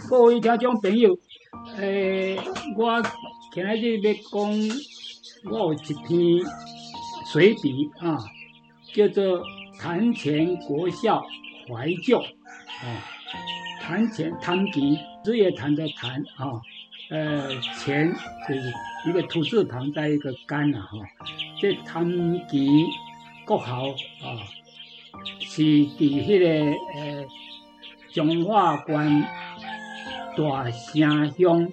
各位听众朋友，我今仔日要讲，我有一篇随笔啊，叫做《潭前国校怀旧》潭前潭基，日月潭的潭前就是一个土字旁在一个干这潭基国校是伫迄个彰化县大城乡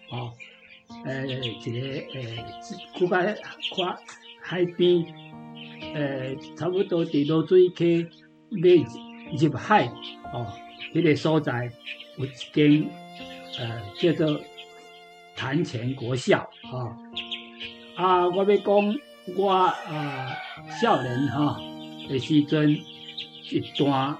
一个靠海边差不多伫落水溪要入海迄个所在有一间叫做潭前国校我要讲我少年的时阵一段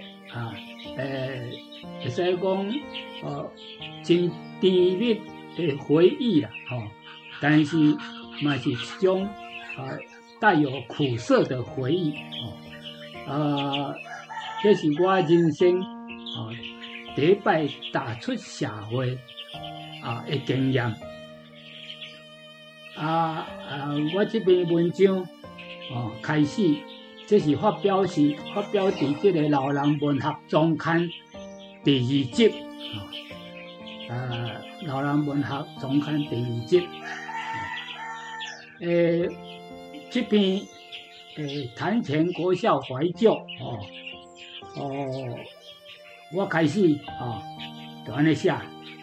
会使讲真甜蜜的回忆啦但是嘛是一种带有苦涩的回忆这是我人生第一摆踏出社会的经验我这篇文章开始，这是发表伫这个老人文学总刊第2集老人文学总刊第2集这篇潭前国校怀旧我开始就安尼写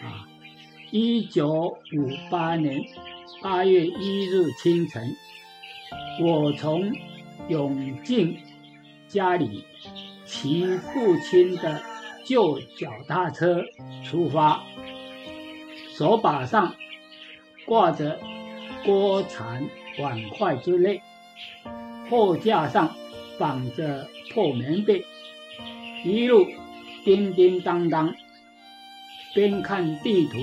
1958年8月1日清晨，我从永靖家里骑父亲的旧脚踏车出发，手把上挂着锅铲碗筷之类，后架上绑着破棉被，一路叮叮当当，边看地图，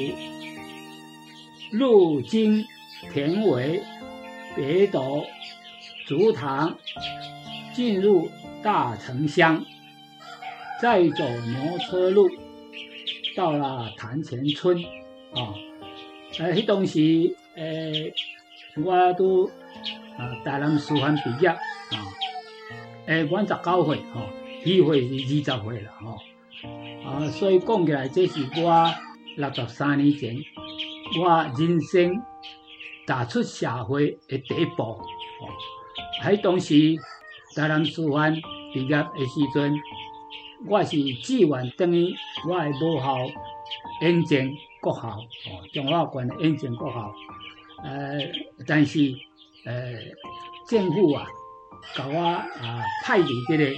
路经田尾、北斗、竹塘，进入大城乡，再走牛车路，到了潭前村迄当时我都台南师范毕业阮19岁喜岁是20岁啦所以讲起来，这是我63年前我人生踏出社会的第一步迄当时台南师范毕业的时阵，我是志愿等于我的母校永靖国校彰化县的永靖国校但是政府甲我派伫这个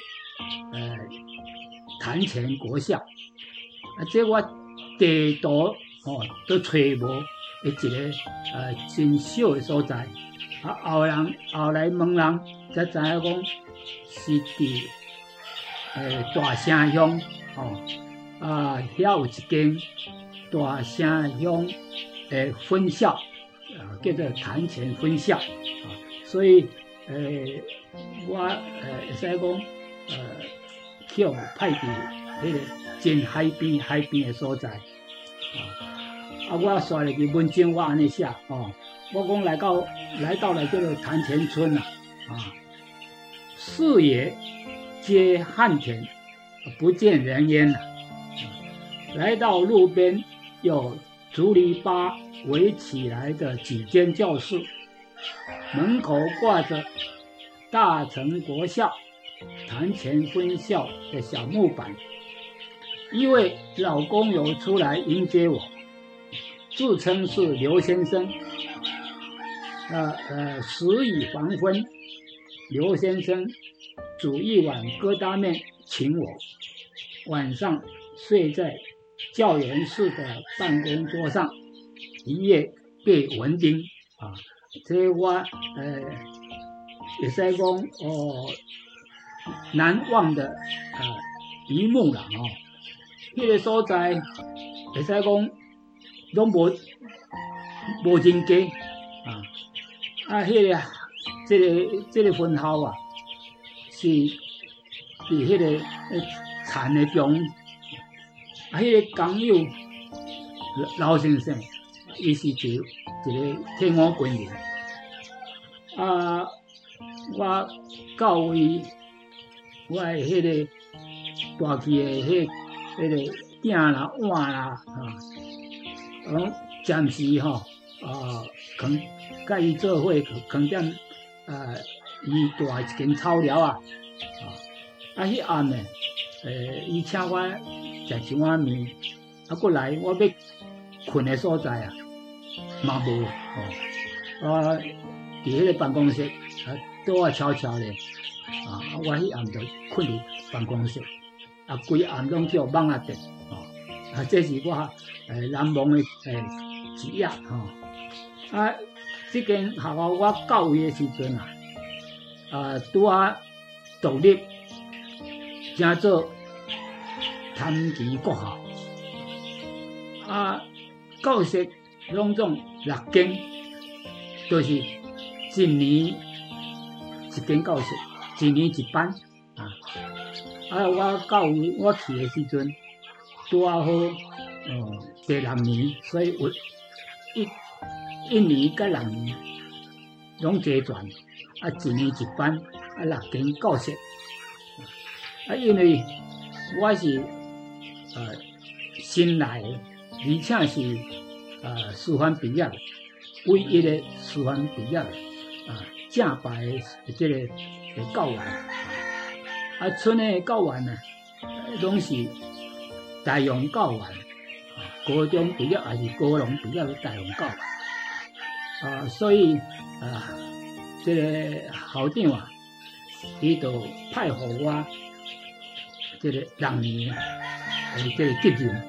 潭前国校这我地图都找无一个真小的所在后来问人才知影讲是伫大城乡遐有一间大城乡的分校叫做潭前分校所以我会使讲去派伫迄个真海边的所在我写了个文章，我安尼写我讲来到了这个潭前村视野皆旱田，不见人烟来到路边有竹篱笆围起来的几间教室，门口挂着大成国校潭前分校的小木板，一位老工友出来迎接我，自称是刘先生时已黄昏，刘先生煮一碗疙瘩面请我，晚上睡在教员室的办公桌上，一夜被蚊叮这我会使讲难忘的一幕啦迄个所在会使讲拢无真假迄个这个分校是伫迄个田的中迄个工友老先生，伊是一个退伍军人。我到位，我的迄个大器的迄个鼎啦、碗啦，暂时扛甲伊做伙，扛点伊大一间草寮啊，迄暗呢，伊请我食一碗面，过来我要困的所在啊，嘛无伫迄个办公室拄啊悄悄咧，我迄暗就困伫办公室，规暗拢叫网啊电，这是我难忘的一夜这间学校我到位的时阵拄啊独立，正做潭墘国校，教室拢总6间，就是一年一间教室，一年一班我到位，我去的时阵拄啊好第6年，所以有一年甲6年拢齐全，一年一班6间教室，因为我是新来的，而且是师范毕业的，唯一的师范毕业的正牌的这个教员，剩的教员呢，拢是大用教员，高中毕业还是高中毕业的大用教员，所以这个校长伊就派互我这个6年这个责任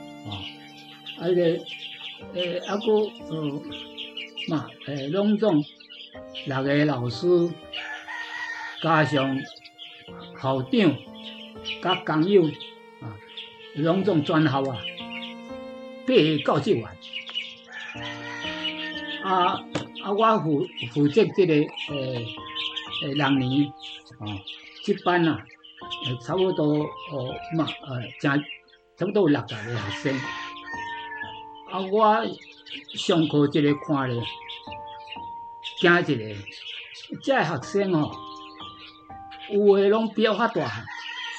拢总6个老师加上校长甲工友拢总全校8个教职员，我负责这个6年这班差不多差不多有60个学生，我上课一个看咧，惊一个，这学生有诶拢比我较大汉，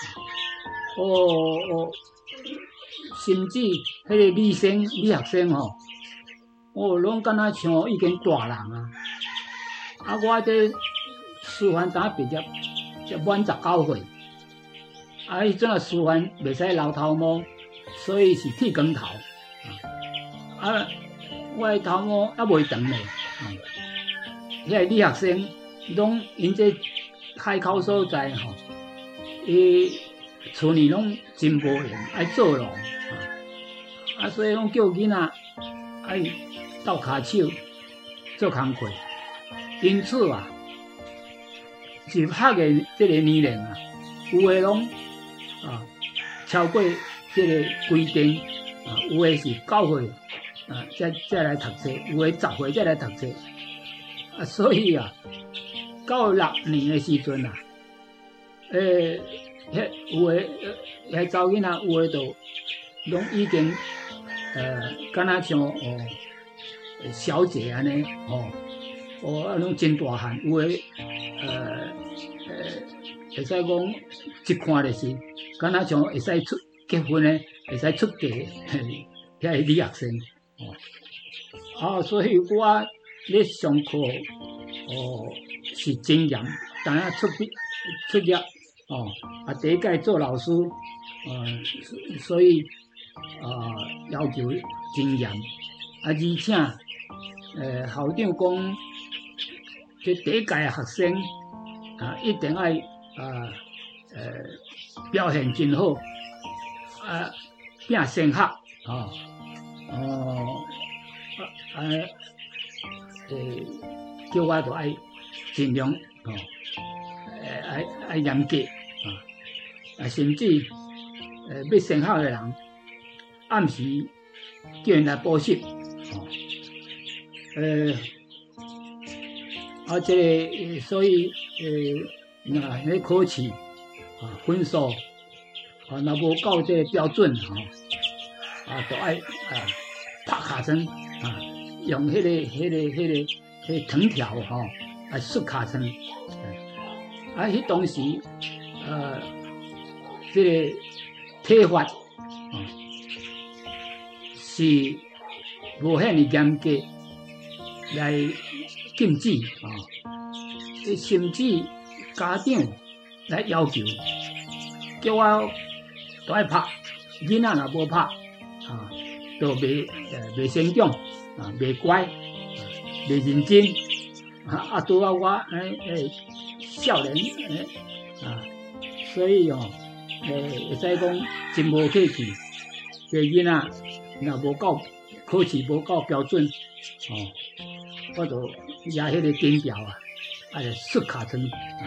甚至迄个女学生拢敢若像已经大人我这师范刚毕业，才满19岁，迄阵师范袂使留头毛，所以是剃光头，我的头毛还袂长咧，迄个女学生拢因这海口所在伊厝里拢真无闲，爱做农所以拢叫囡仔爱斗骹手做工课，因此入学的这个年龄有诶拢超过这个规定，有诶是9岁才来读册，有诶10岁才来读册，所以到6年的时阵有诶查某囡仔有诶就拢已經敢若像小姐安尼拢真大漢，有诶會使講一看就是敢若像會使出結婚誒，會使出嫁遐個女學生所以我咧上課是真嚴，當然出業第一屆做老師所以要求真嚴而且校長講，這第一屆嘅學生一定要表現真好拼升學叫我就愛盡量愛嚴格甚至要升學嘅人暗時叫人來補習這個所以迄考試分數若無到這個標準就愛拍卡层啊，用迄个藤条来束卡层。迄当时这个体罚是无遐尼严格来禁止甚至家长来要求，叫我都爱拍，囡仔若无拍都袂成长袂乖袂认真拄啊我少年所以会使讲真无客气，这囡仔若无够考试无够标准我就抓迄个金条就束卡层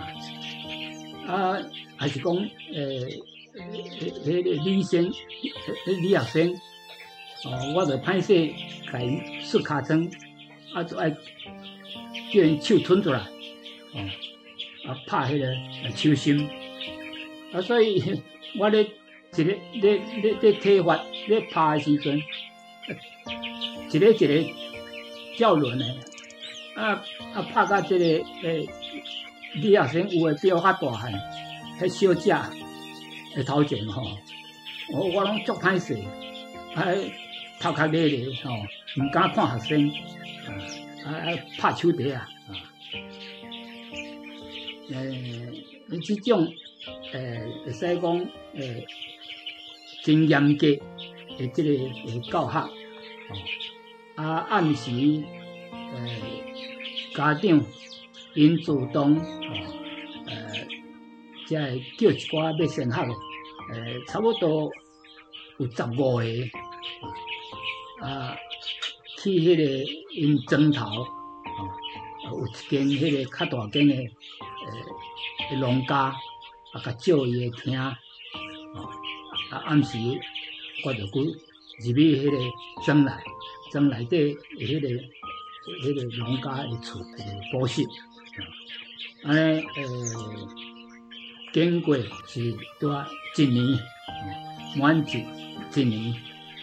还是讲迄个李学生我就歹势甲伊束卡层就爱叫因手伸出来拍迄个手心所以我咧体罚咧拍的时阵一个照轮的拍到这个李学生有诶标较大汉，迄小只诶头前我拢足歹势头壳咧咧毋敢看学生拍手底即种会使讲真严格的即个教学暗时家长因主动才会叫一寡要先学的差不多有15个去迄个因庄头有一间迄个较大间的农家甲借伊的厅暗时我就去入去迄个庄内底迄个农家的厝补习安尼经过是拄啊1年满1年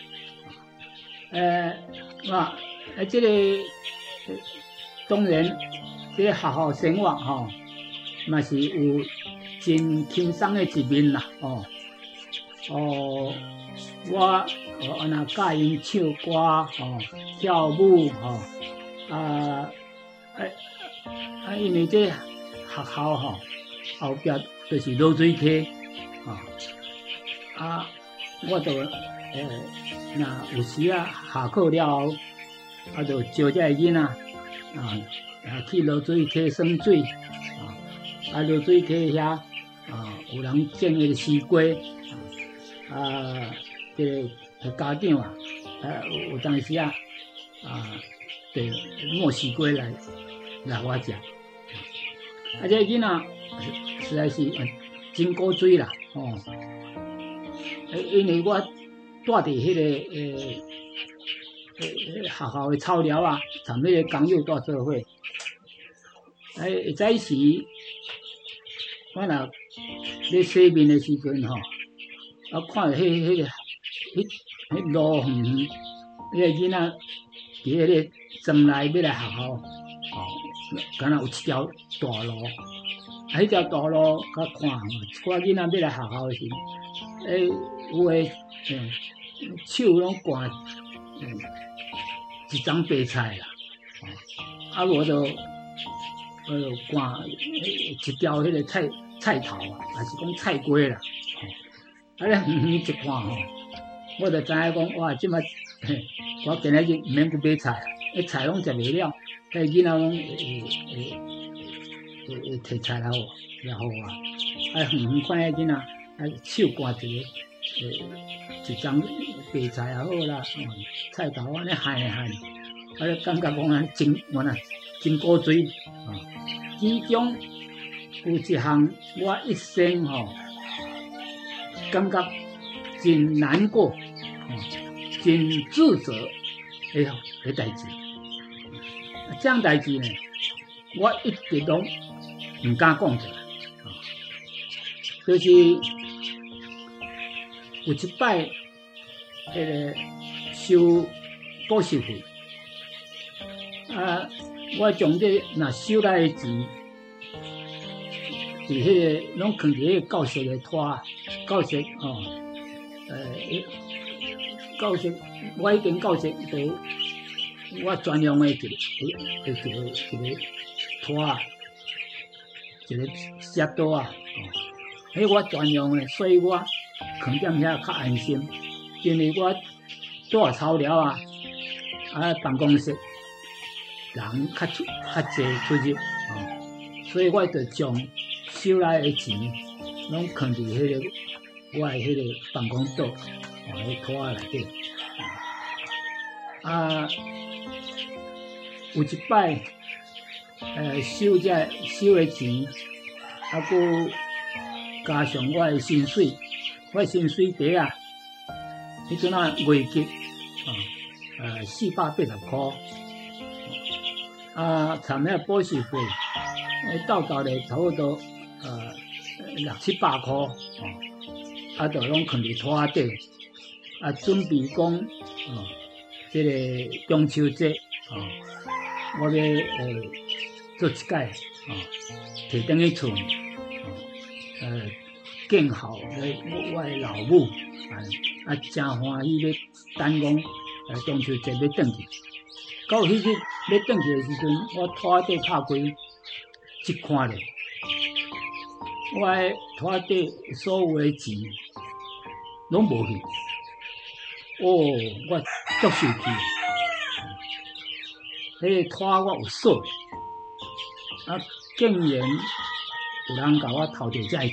这个当然这个学校生活嘛是有真轻松的一面啦我安那教因唱歌跳舞因为这学校后壁就是落水溪我就若有时下课了后就招这囡仔去落水溪耍水落水溪遐有人种迄个西瓜这个家长有当时就摸西瓜来我食这囡仔实在是真古锥啦因为我住伫迄个学校的草寮参迄个工友住做伙早时我若咧洗面的时阵看到迄路远，迄个囡仔伫迄个庄内要来学校敢若有一条大路迄条大路甲看一寡囡仔要来学校的时有诶手拢掼一张白菜啦无就掼一条迄个菜头还是讲菜瓜啦咧远一看我就知影讲哇即摆我今仔日毋免去买菜菜拢食袂了囡仔拢会摕菜来互我远远看迄囡仔手掼一张白菜也好啦菜头安尼หั่咧感觉讲真古锥其中有一项我一生感觉真难过真自责的代志这样代志呢我一直拢毋敢讲出来就是有一摆迄个收补习费。我将这若收来的钱，伫迄个拢放伫迄个教室的拖，教室教室，我迄间教室都我专用的一个拖，一个石刀啊，迄我专用的，所以我放踮遐较安心，因为我住草寮啊，办公室人较侪出入，所以我就将收来的钱拢放伫迄个我的迄个办公桌，迄拖内底。有一摆，收的钱，佮加上我的薪水，我的薪水底啊，迄阵啊月结480块，参遐补习费，到咧差不多600-700块，就拢放伫拖仔底，准备讲这个中秋节我要做一届摕转去厝，敬候我的老母，真欢喜要等讲中秋节要转去。到迄日要转去的时阵，我拖底拍开一看咧，我的拖底所有的钱拢无去，我足生气。迄个拖我有锁，竟然有人甲我偷着这钱，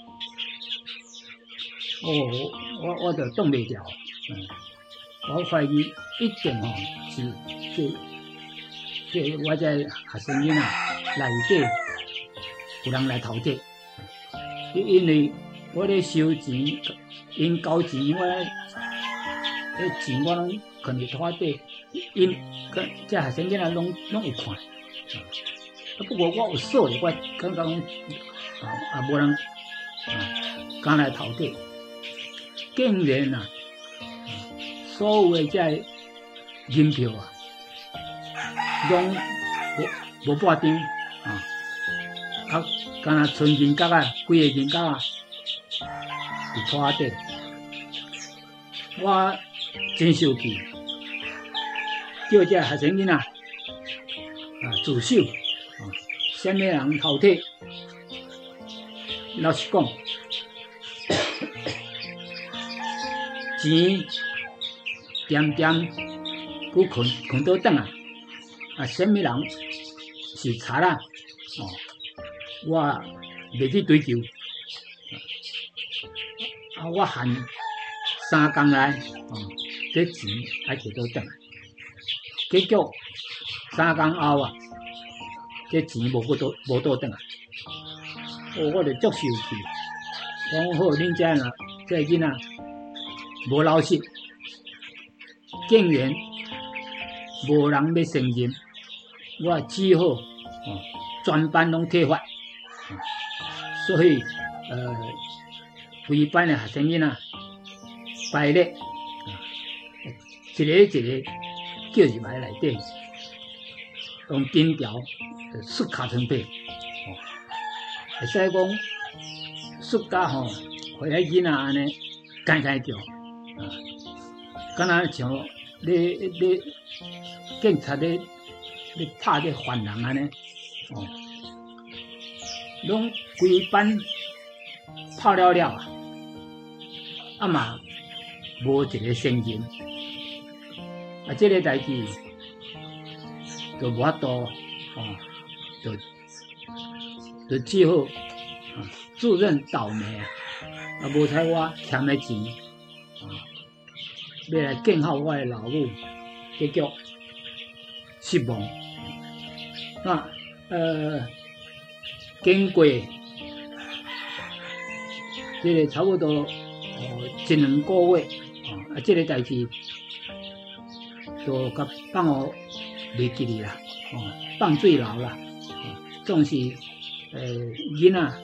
我就挡袂牢。我怀疑一定是这我这学生囡仔内底有人来偷这，因为我咧收钱，因交钱，我迄钱我拢放伫拖底，因这学生囡仔拢有看。不过我有锁咧，我感觉讲无人敢来偷底，竟然所有的这银票拢无半张敢若剩银角几个银角伫拖底，我真生气，叫这学生囡仔自首，什么人偷摕？老实讲，钱点佮困倒转什么人是贼啦？我袂去追究。我限3天内，这钱爱摕倒转来。结果3天后这钱无倒转来。我就足生气。讲好，恁这囡仔无老实，竟然无人要承认，我只好全班拢体罚。所以规班的学生囡仔排列，一个叫入来内底，用金条摔尻川皮，会使讲摔甲互迄囡仔安尼干叫，敢若像咧警察咧拍咧犯人安尼，拢规班拍了嘛无一个承认，这个代志就无法度，就只好自认倒霉无采我欠的钱，要来敬候我的老母，结果失望。经过这个差不多1-2个月，这个代志就甲放互袂记哩啦，放水流啦，总是囡仔，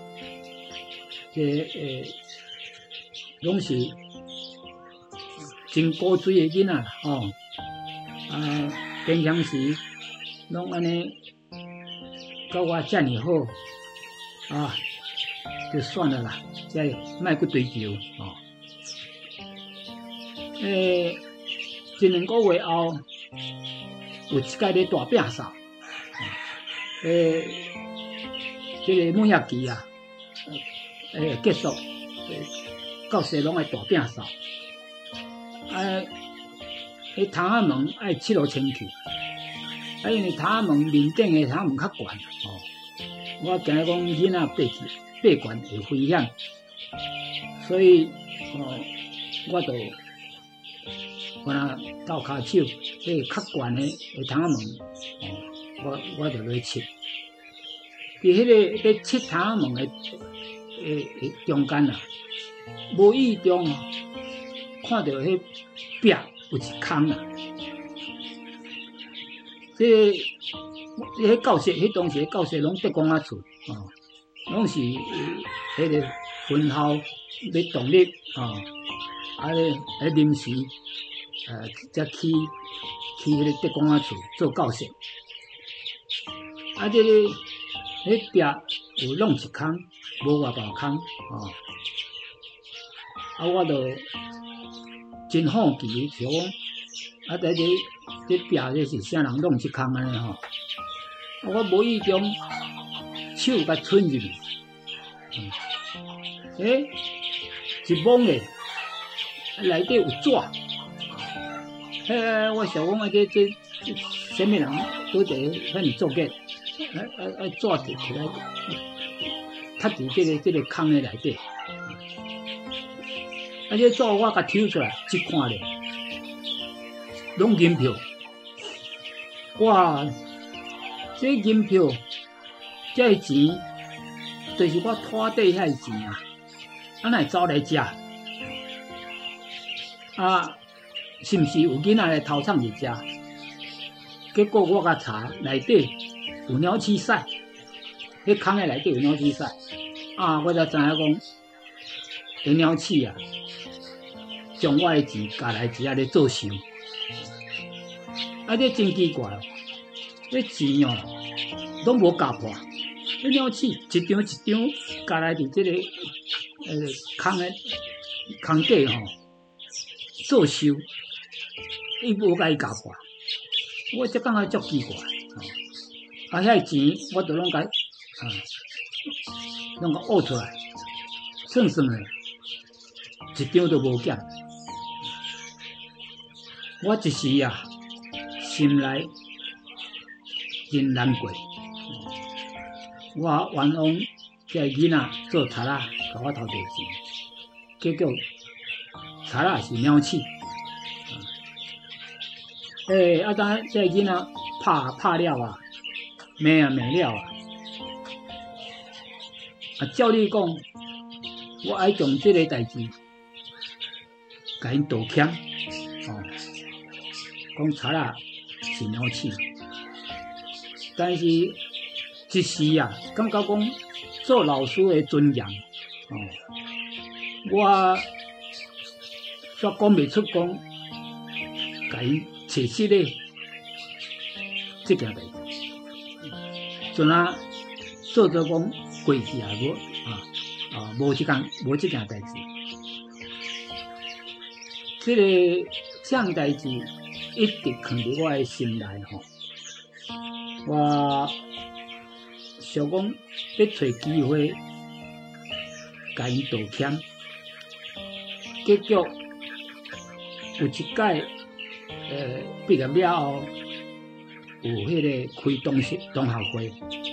拢是真古锥的囡仔啦， 平常时拢安尼甲我遮尔好就算了啦，再莫去追求哦。一两个月后，有一届咧大摒扫，这个满学期结束，教室拢爱大摒扫，迄窗仔门爱七路清去，因为窗仔门面顶的窗仔门较悬我惊讲囡仔爬悬会危险，所以我就倒骹手，迄较悬的窗仔门，我就来切。伫迄个咧切窗仔门的中间无意中看到迄壁有一坑迄教室，迄当时教室拢德光仔厝拢是迄个分校要独立临时才去迄个德光仔厝做教室。迄壁有弄一坑，无外大坑我就真好奇，想讲这壁这是啥人弄一坑安尼我无意中手甲伸入去，一摸咧，内底有纸，我想讲这什么人倒伫遐尼作孽？纸摕起来，插伫这个坑的内底。这纸我甲抽出来一看咧，拢银票。哇！这银票，这钱，就是我拖底遐钱哪会走来遮？是毋是有囡仔来偷藏伫遮？结果我甲查内底。有鸟鼠屎，迄坑的内底有鸟鼠屎，我才知影讲，迄鸟鼠将我的钱夹来只咧做收，这真奇怪这钱拢无夹破，迄鸟鼠一张一张夹来伫这个坑底做收，伊无甲伊夹破，我才感觉足奇怪。遐钱我都拢甲挖出来，算算咧，一张都无减。我一时心内真难过。我冤枉这囡仔做贼仔，甲我偷地钱，结果贼仔是鸟鼠。当这囡仔拍了没了照你讲，我爱从这个代志甲因道歉讲贼仔是鸟鼠，但是一时感觉讲做老师的尊严我煞讲袂出讲甲因切实的这件代志。阵做讲过去无这件代志，这项代志一直藏伫我的心内我想讲要找机会甲因道歉，结果有一届毕业了后。有迄个开同学会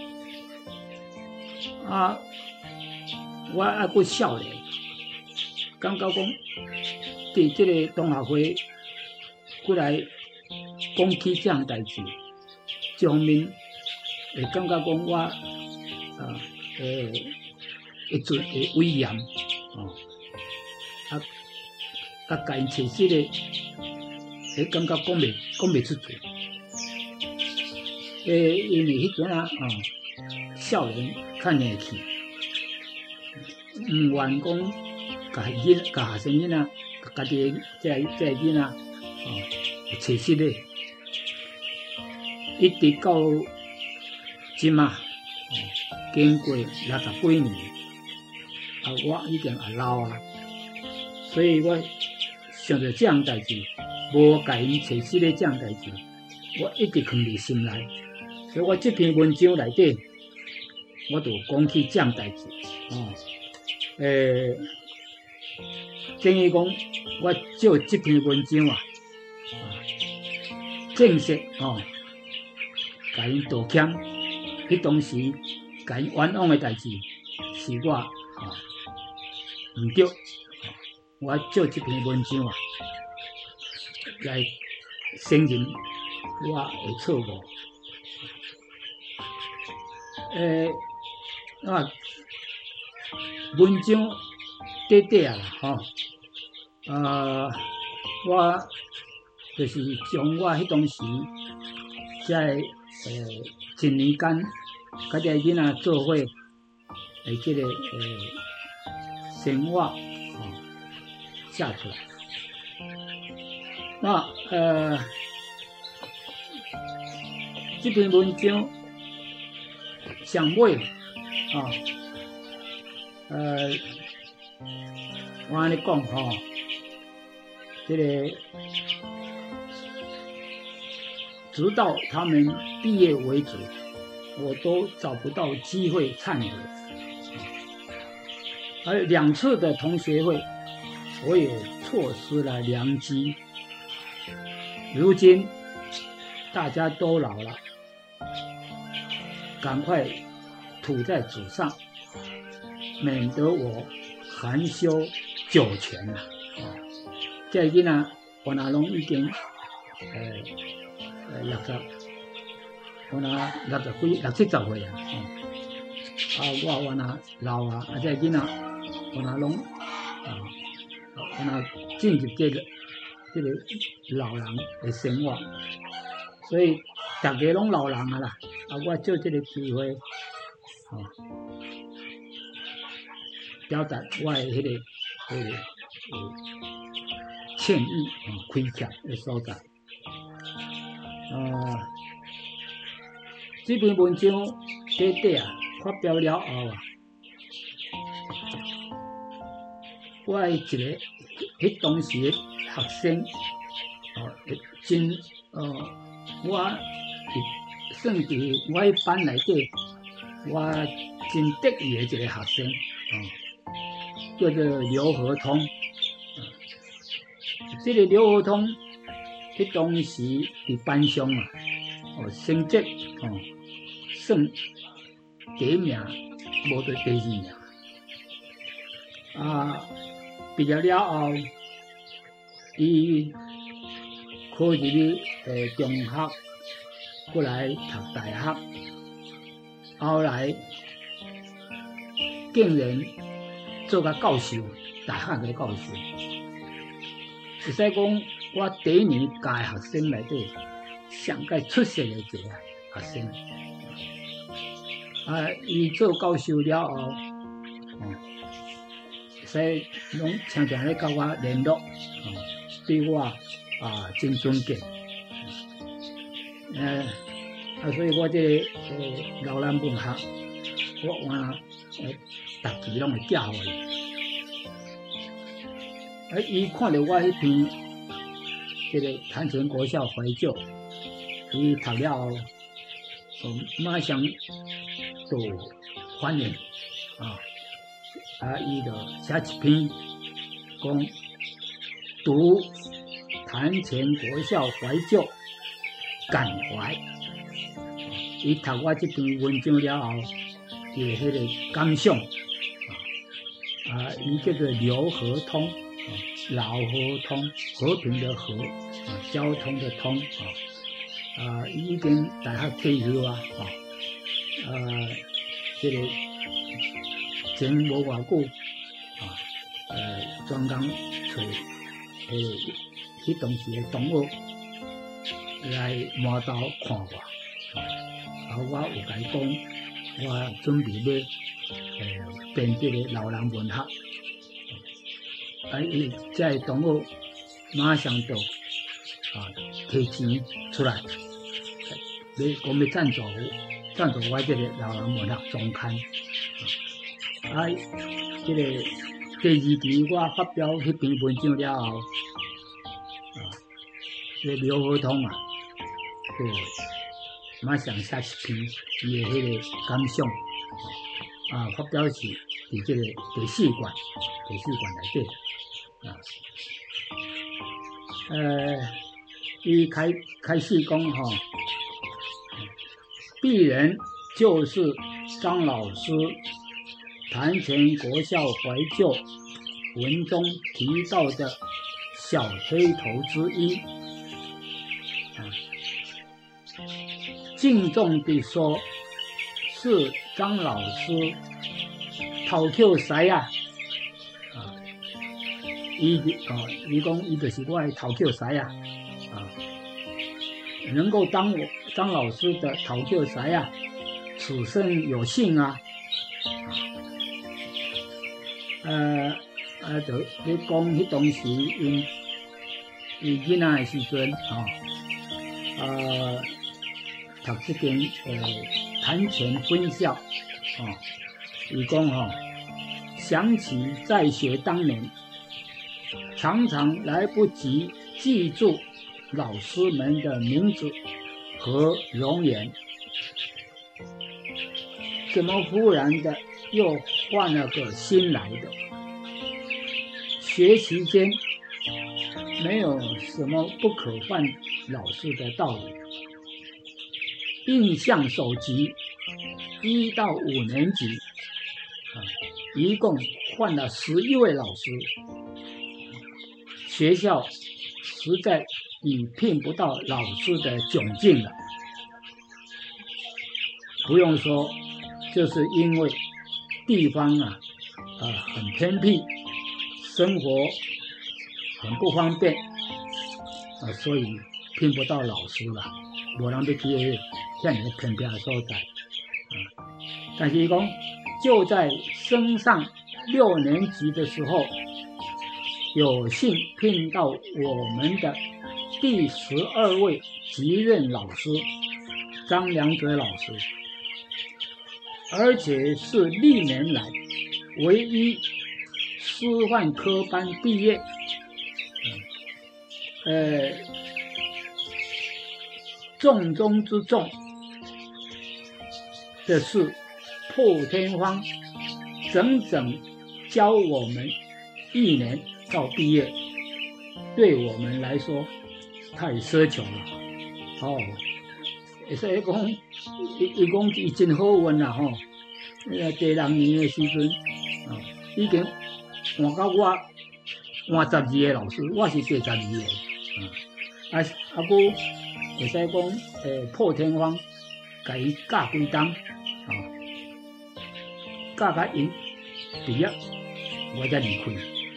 我还阁少年，感觉讲伫这个同学会过来讲起这项代志，这方面会感觉讲我会威严甲因切实的，会感觉讲袂出嘴。因为迄阵少年较硬气，唔愿讲甲学生囡仔，家己这囡仔切实的一直到即嘛，经过60几年，我已经也老啊，所以我想着这样代志，无甲因找死咧这样代志，我一直藏伫心内。所以我这篇文章内底，我就讲起这样代志。等于讲，我借这篇文章正式甲因道歉。迄当时甲因冤枉的代志，是我毋对。我借这篇文章来承认我的错误。文章短短啦，我就是将我迄当时在一年间，甲这囡仔做伙的这个生活写出来。那这篇文章上尾我安尼讲这个直到他们毕业为止，我都找不到机会忏悔。而2次的同学会，我也错失了良机。如今大家都老了，赶快吐在纸上，免得我含羞九泉了。这囡仔我那拢已经60，我那6070岁啊，我那老啊，这囡仔我那拢我那进入这个老人的生活，所以大家拢老人啊啦，我借这个机会表达我的迄个歉意亏欠的所在。这篇文章短短发表了后我的一个迄当时的学生真我算伫我迄班内底，我真得意的一个学生叫做刘和通。这个刘和通，迄当时伫班上成绩算第一名，无对第2名。毕业了后，伊考入去中学，过来读大学，后来竟然做甲教授，大学的教授。会使讲我第1年教的学生内底上界出色的一个学生。伊做教授了后，所以拢常常咧甲我联络，对我真尊敬。所以我这个老人文学，我逐期拢会寄互伊。伊看到我迄篇这个潭前国校怀旧，伊读了后，马上就反应伊就写一篇讲读潭前国校怀旧感怀。伊读我这篇文章了后，伊迄个感想伊叫做刘和通。老和通，和平的和，交通的通伊已经大学退休啊，这个前无偌久专工找迄当时的同学来满岛看我，我有甲伊讲，我准备要编这个老人文学。伊这同学马上就提钱出来， 要赞助我这个老人文学总刊。这个第2期我发表迄篇文章了后，这个苗和通就马上写一篇伊的迄个感想，发表是伫这个第4卷内底，伊开始讲鄙人就是张老师潭前国校怀旧文中提到的小黑头之一，敬重地说，是张老师头口师啊，伊讲伊就是我的头口师啊，能够当我张老师的头口师啊，此生有幸啊。就你讲迄当时因囡仔的时阵读这间潭前分校伊讲想起在学当年，常常来不及记住老师们的名字和容颜，怎么忽然的又换了个新来的？学期间没有什么不可换老师的道理。印象首集1到5年级一共换了11位老师，学校实在已聘不到老师的窘境了。不用说，就是因为地方很偏僻，生活很不方便所以聘不到老师了，没人要去遐尼偏僻的所在但是讲就在升上6年级的时候，有幸聘到我们的第12位级任老师张良哲老师，而且是历年来唯一师范科班毕业，重中之重的是破天荒整整教我们1年到毕业，对我们来说太奢求了所以讲伊讲伊真好运啦第2年的时阵已经换到我换12个老师，我是第12个佫会使讲破天荒甲伊教几冬教甲因毕业我才离开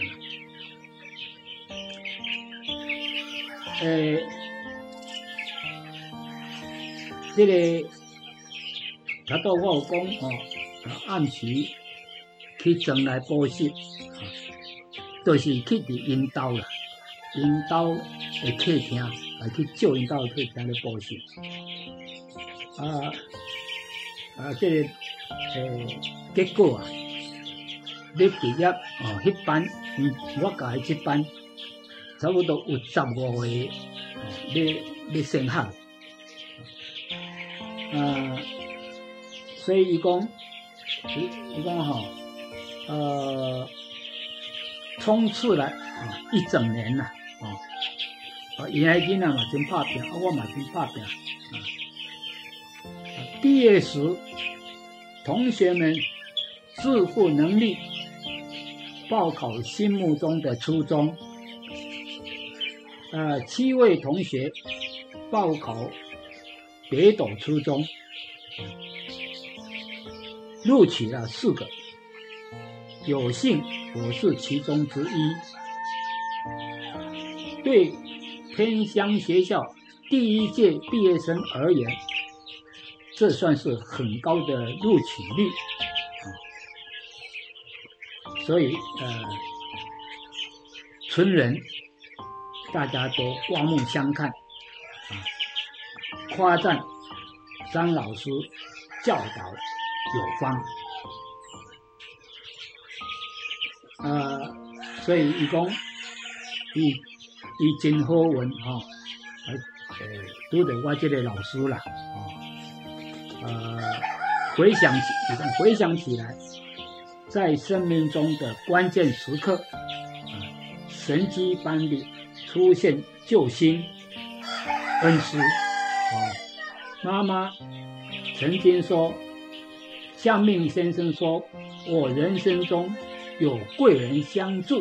这个头拄我有讲暗时去庄来补习就是去伫因兜啦，因兜的客厅来去借因兜的客厅咧补习这个结果咧毕业迄班我教的这班差不多有15个咧升学所以伊讲冲刺了一整年啦因迄囡仔嘛真拍拼我嘛真拍拼毕业时同学们自负能力报考心目中的初中7位同学报考北斗初中，录取了4个，有幸我是其中之一。对偏乡学校第1届毕业生而言，这算是很高的录取率所以村人大家都刮目相看夸赞张老师教导有方。所以伊讲，伊真好运吼，拄着我这个老师啦，回想起来，在生命中的关键时刻，神迹般的出现救星恩师。妈妈曾经说，向命先生说，我人生中有贵人相助，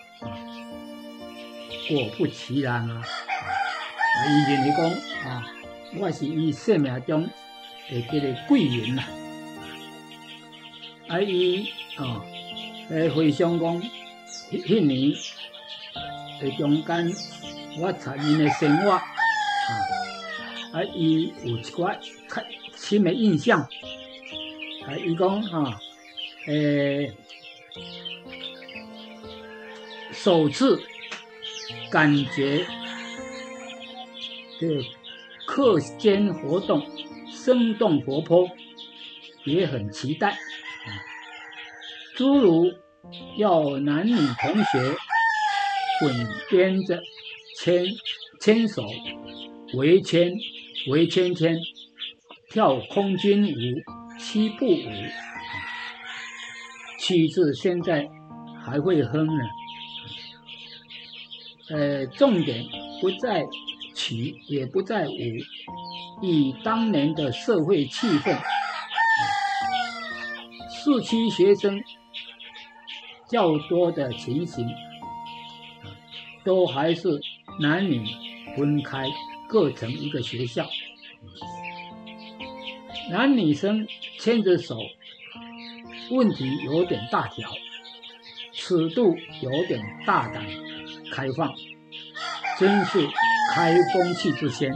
果不其然啊！伊认为讲我是伊生命中的这个贵人啦。伊回想讲，迄年的中间，我参因的生活伊有一寡较深的印象。伊讲首次感觉这个课间活动生动活泼，也很期待。诸如要男女同学滚边着牵手围圈圈，跳空军舞、七步舞，曲子现在还会哼呢。重点不在曲，也不在舞，以当年的社会气氛，市区学生较多的情形，都还是男女分开，各成一个学校。男女生牵着手，问题有点大条，尺度有点大胆开放，真是开风气之先。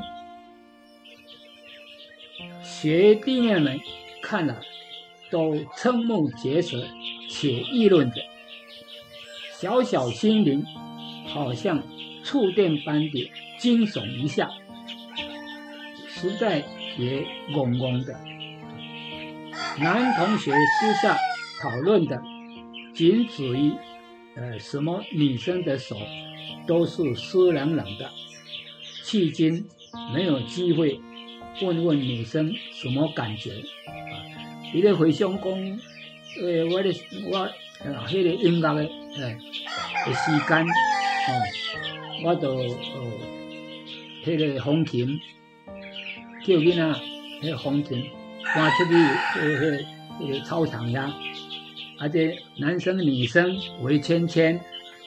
学弟妹们看了都瞠目结舌，且议论着，小小心灵好像触电般的惊悚一下，实在也懵懵的。男同学私下讨论的仅止于什么女生的手都是湿冷冷的，迄今没有机会问问女生什么感觉。伊咧回想讲，我迄个音乐的时间，我就迄个风琴叫囡仔，迄个风琴搬出去迄个操场呀，这男生女生围圈圈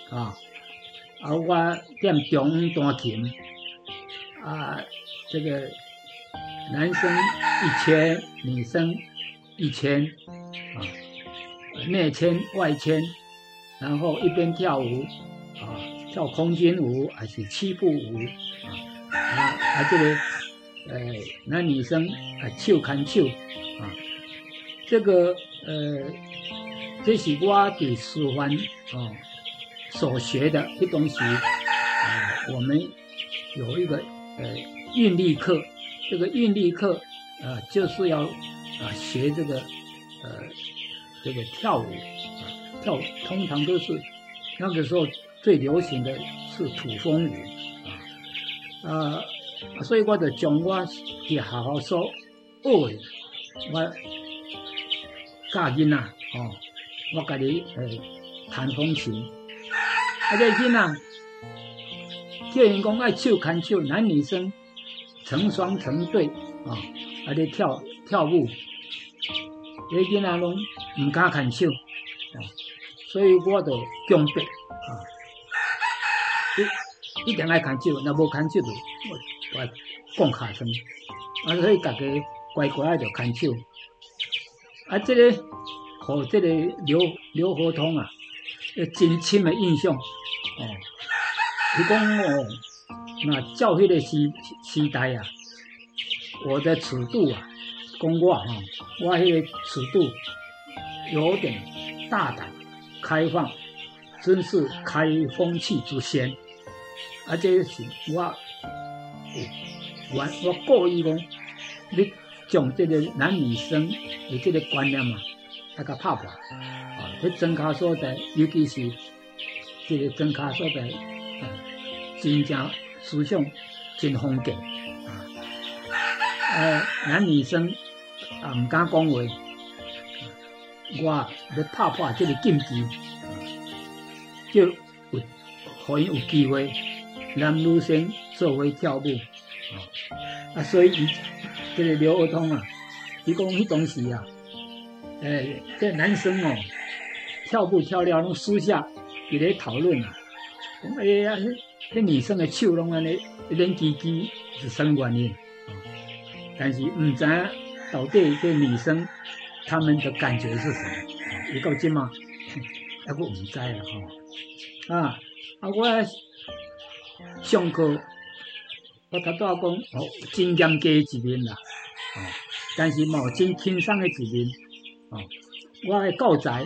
我点中音弹琴这个男生一圈，女生一圈内圈外圈，然后一边跳舞跳空军舞还是七步舞这个男女生手牵手这个这是我在师范所学的这东西我们有一个韵律课，这个韵律课就是要学这个跳舞跳舞通常都是那个时候最流行的是土风舞所以我就将我去学校所学的，我教囡仔我家己弹风琴，这囡仔叫人讲爱手牵手，男女生成双成对咧跳舞，这囡仔拢唔敢牵手所以我就强迫一定爱牵手，若无牵手就我讲下声所以大家乖乖就牵手这个和这个刘和通真深的印象他讲那教会的时代我的尺度讲我那个尺度有点大胆开放，真是开风气之先这是我故意讲，你将这个男女生的这个观念嘛，大家拍破。喺庄卡所在，尤其是这个庄卡所在，真正思想真封建男女生唔敢讲话，我要拍破这个禁忌，就有可以有机会男女生做伙跳舞所以这个刘儿童伊讲迄当时这男生跳舞跳了，拢私下伫咧讨论讲迄女生的手拢安尼练叽叽是什么原因？但是唔知到底这女生她们的感觉是什么？伊到今嘛，还佫唔知啦我上课我头拄仔讲真严格一面啦，但是嘛真轻松的一面我的教材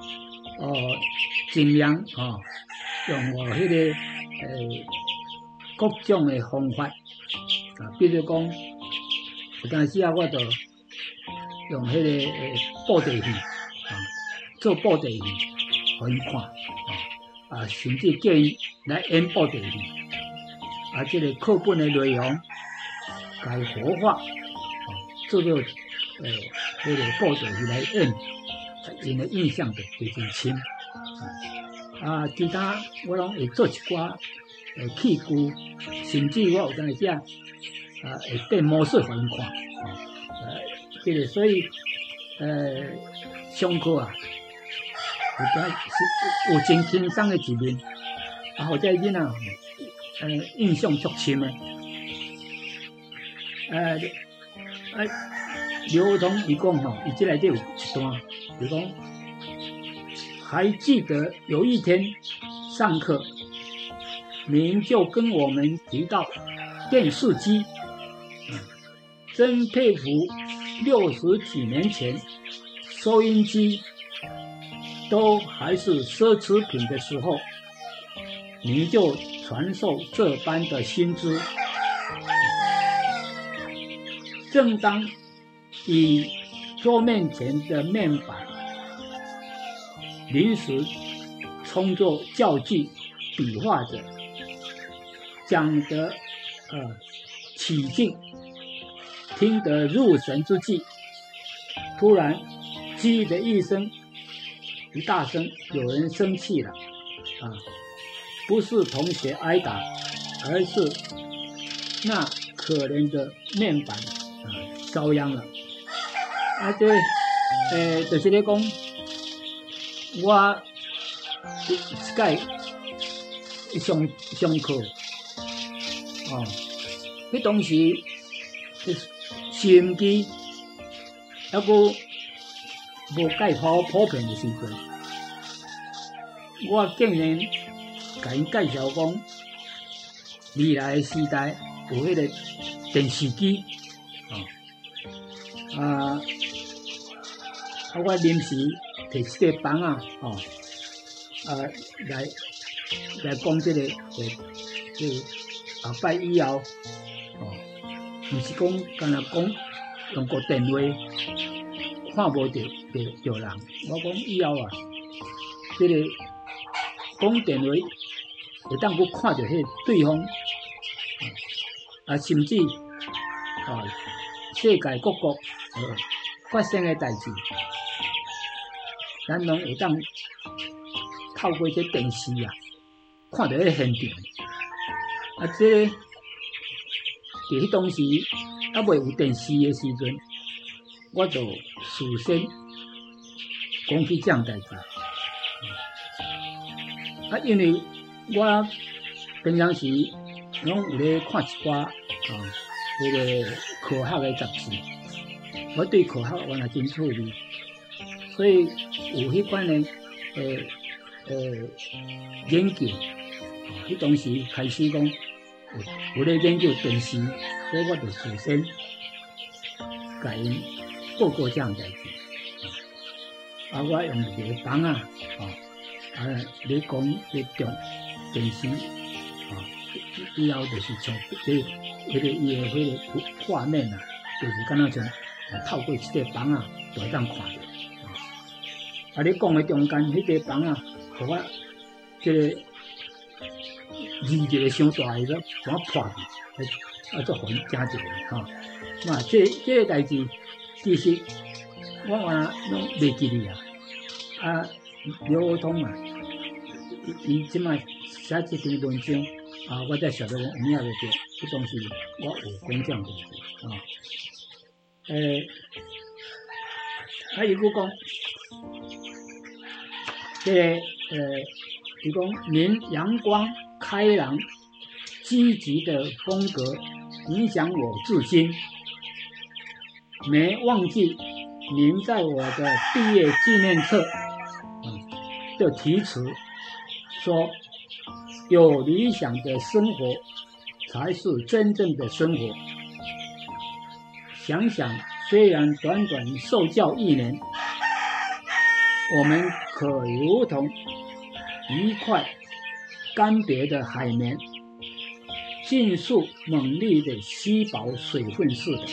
尽量用我迄个各种的方法比如讲有当时我就用迄个布袋戏做布袋戏，互因看甚至叫因来演布袋戏这个课本的内容该活化做到迄个布袋戏来演，因的印象就真深其他我拢会做一寡器具，甚至我有当时会变魔术互因看这个所以上课有真轻松的一面或者囡仔印象足深的刘儿童伊讲伊这内底有一段，伊讲还记得有一天上课，您就跟我们提到电视机，真佩服60几年前收音机都还是奢侈品的时候，您就传授这般的新知。正当以桌面前的面板临时充作教具比划着，讲得起劲，听得入神之际，突然叽的一声，一大声，有人生气了不是同学挨打，而是那可怜的面板遭殃了就是咧讲我一上课迄当时收音机还佫无介普遍的时阵，我竟然甲因介绍讲未来的时代有迄个电视机我临时摕一个房来讲这个后摆以后毋是讲干那讲用个电话看无着人，我讲以后这个讲电话会当佫看着迄对方甚至世界各国发生的代志，咱拢会当透过这电视看到迄现场这个伫迄当时未有电视的时阵，我就事先讲起这样代志因为我平常时拢有咧看一寡迄个科学的杂志，我对科学原来真趣味，所以有迄款的研究迄当时开始讲有咧研究电视，所以我就事先甲因报告这样代志我用一个房咧讲咧中电视以后就是像迄个伊的迄个画面就是敢若像透过这个房啊，就会当看到。啊，你讲的中间迄个房啊，互我这个字就会伤大个，怎破去？做互伊惊一个吼。嘛，这个代志，其实我拢袂记哩啊。啊，刘欧通啊，伊即摆写这篇文章啊，我才晓得讲有影个对，这东西我有讲这样子啊。伊佫讲，伊讲您阳光开朗、积极的风格影响我至今，没忘记您在我的毕业纪念册的题词说，有理想的生活才是真正的生活。想想，虽然短短受教1年，我们可如同一块干瘪的海绵，迅速猛烈的吸饱水分似的。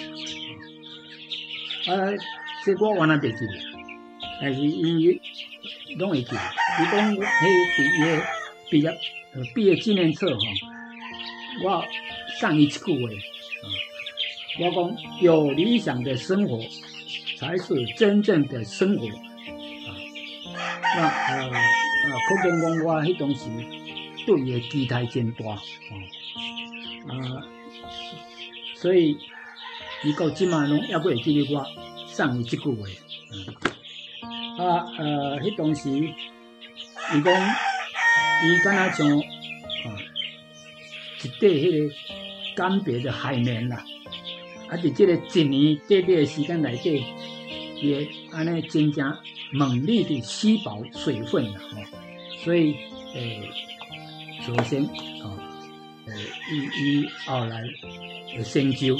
这我原来袂记，但是伊拢会记。伊讲迄毕业纪念册吼，我送伊一句话，我讲有理想的生活才是真正的生活。那可见讲我迄当时对伊的期待真大，所以伊到即马拢还袂记得我送伊即句话。迄当时伊讲，伊敢若像一块迄个干瘪的海绵啦，伫即个1年短短的时间内底，伊会安尼真正猛烈的吸饱水分啦，所以首先伊后来的成就，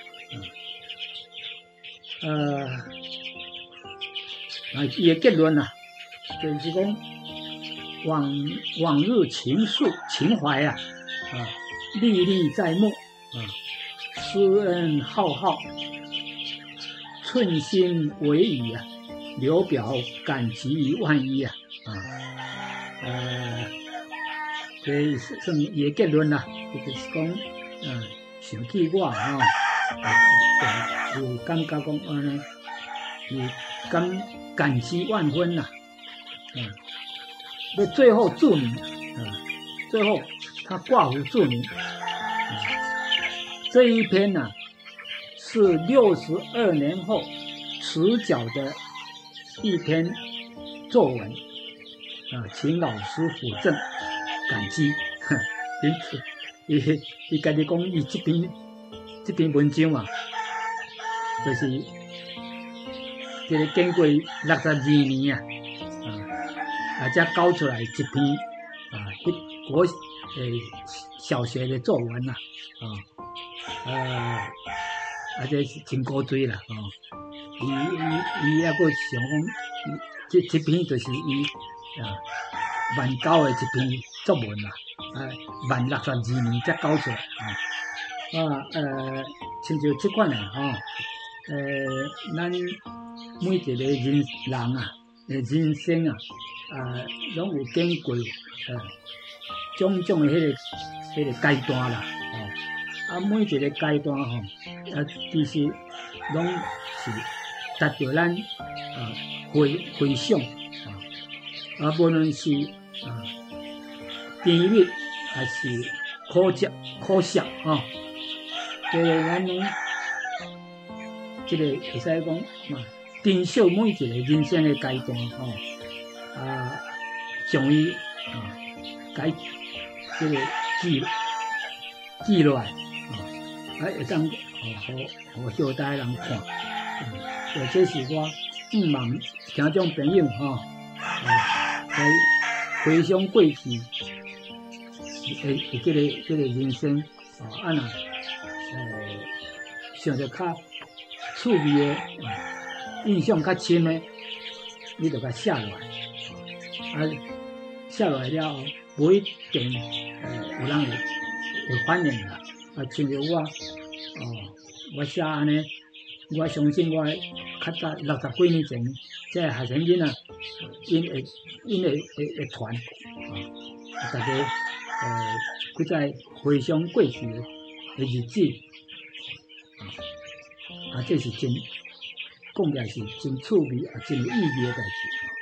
伊的结论啊，就是讲往日情怀啊，历历在目思恩浩浩，寸心为语啊，留表感激于万一啊，这算伊的结论啦，就是讲，想起我有感觉讲安尼，伊感激万分呐，那最后注明，最后他挂符注明，这一篇呢是62年后迟缴的一篇作文，请老师辅正，感激。因此，伊家己讲，伊这篇文章啊，就是这个经过62年啊，才搞出来一篇我小学的作文啦，这是真古锥啦，伊还佫想讲，这篇就是伊万九的一篇作文啦，万62年才搞出来亲像这款咱每一个人啊，人生啊，拢有经过种种的迄个阶段啦，每一个阶段其实拢是达到咱回想无论是甜蜜还是苦涩这个咱拢这个会使讲珍惜每一个人生的阶段将伊这个记落来会当互后代人看，这是我望听众朋友来回想过去这个人生想着较趣味的印象较深的，你就甲写落来，写落来了后，不一定有人会反映啦，像着我写安尼我相信我较早60几年前，这学生囡仔，因会传，大家佮在回想过去的日子，这是真，讲起来是真趣味也真有意义的代志。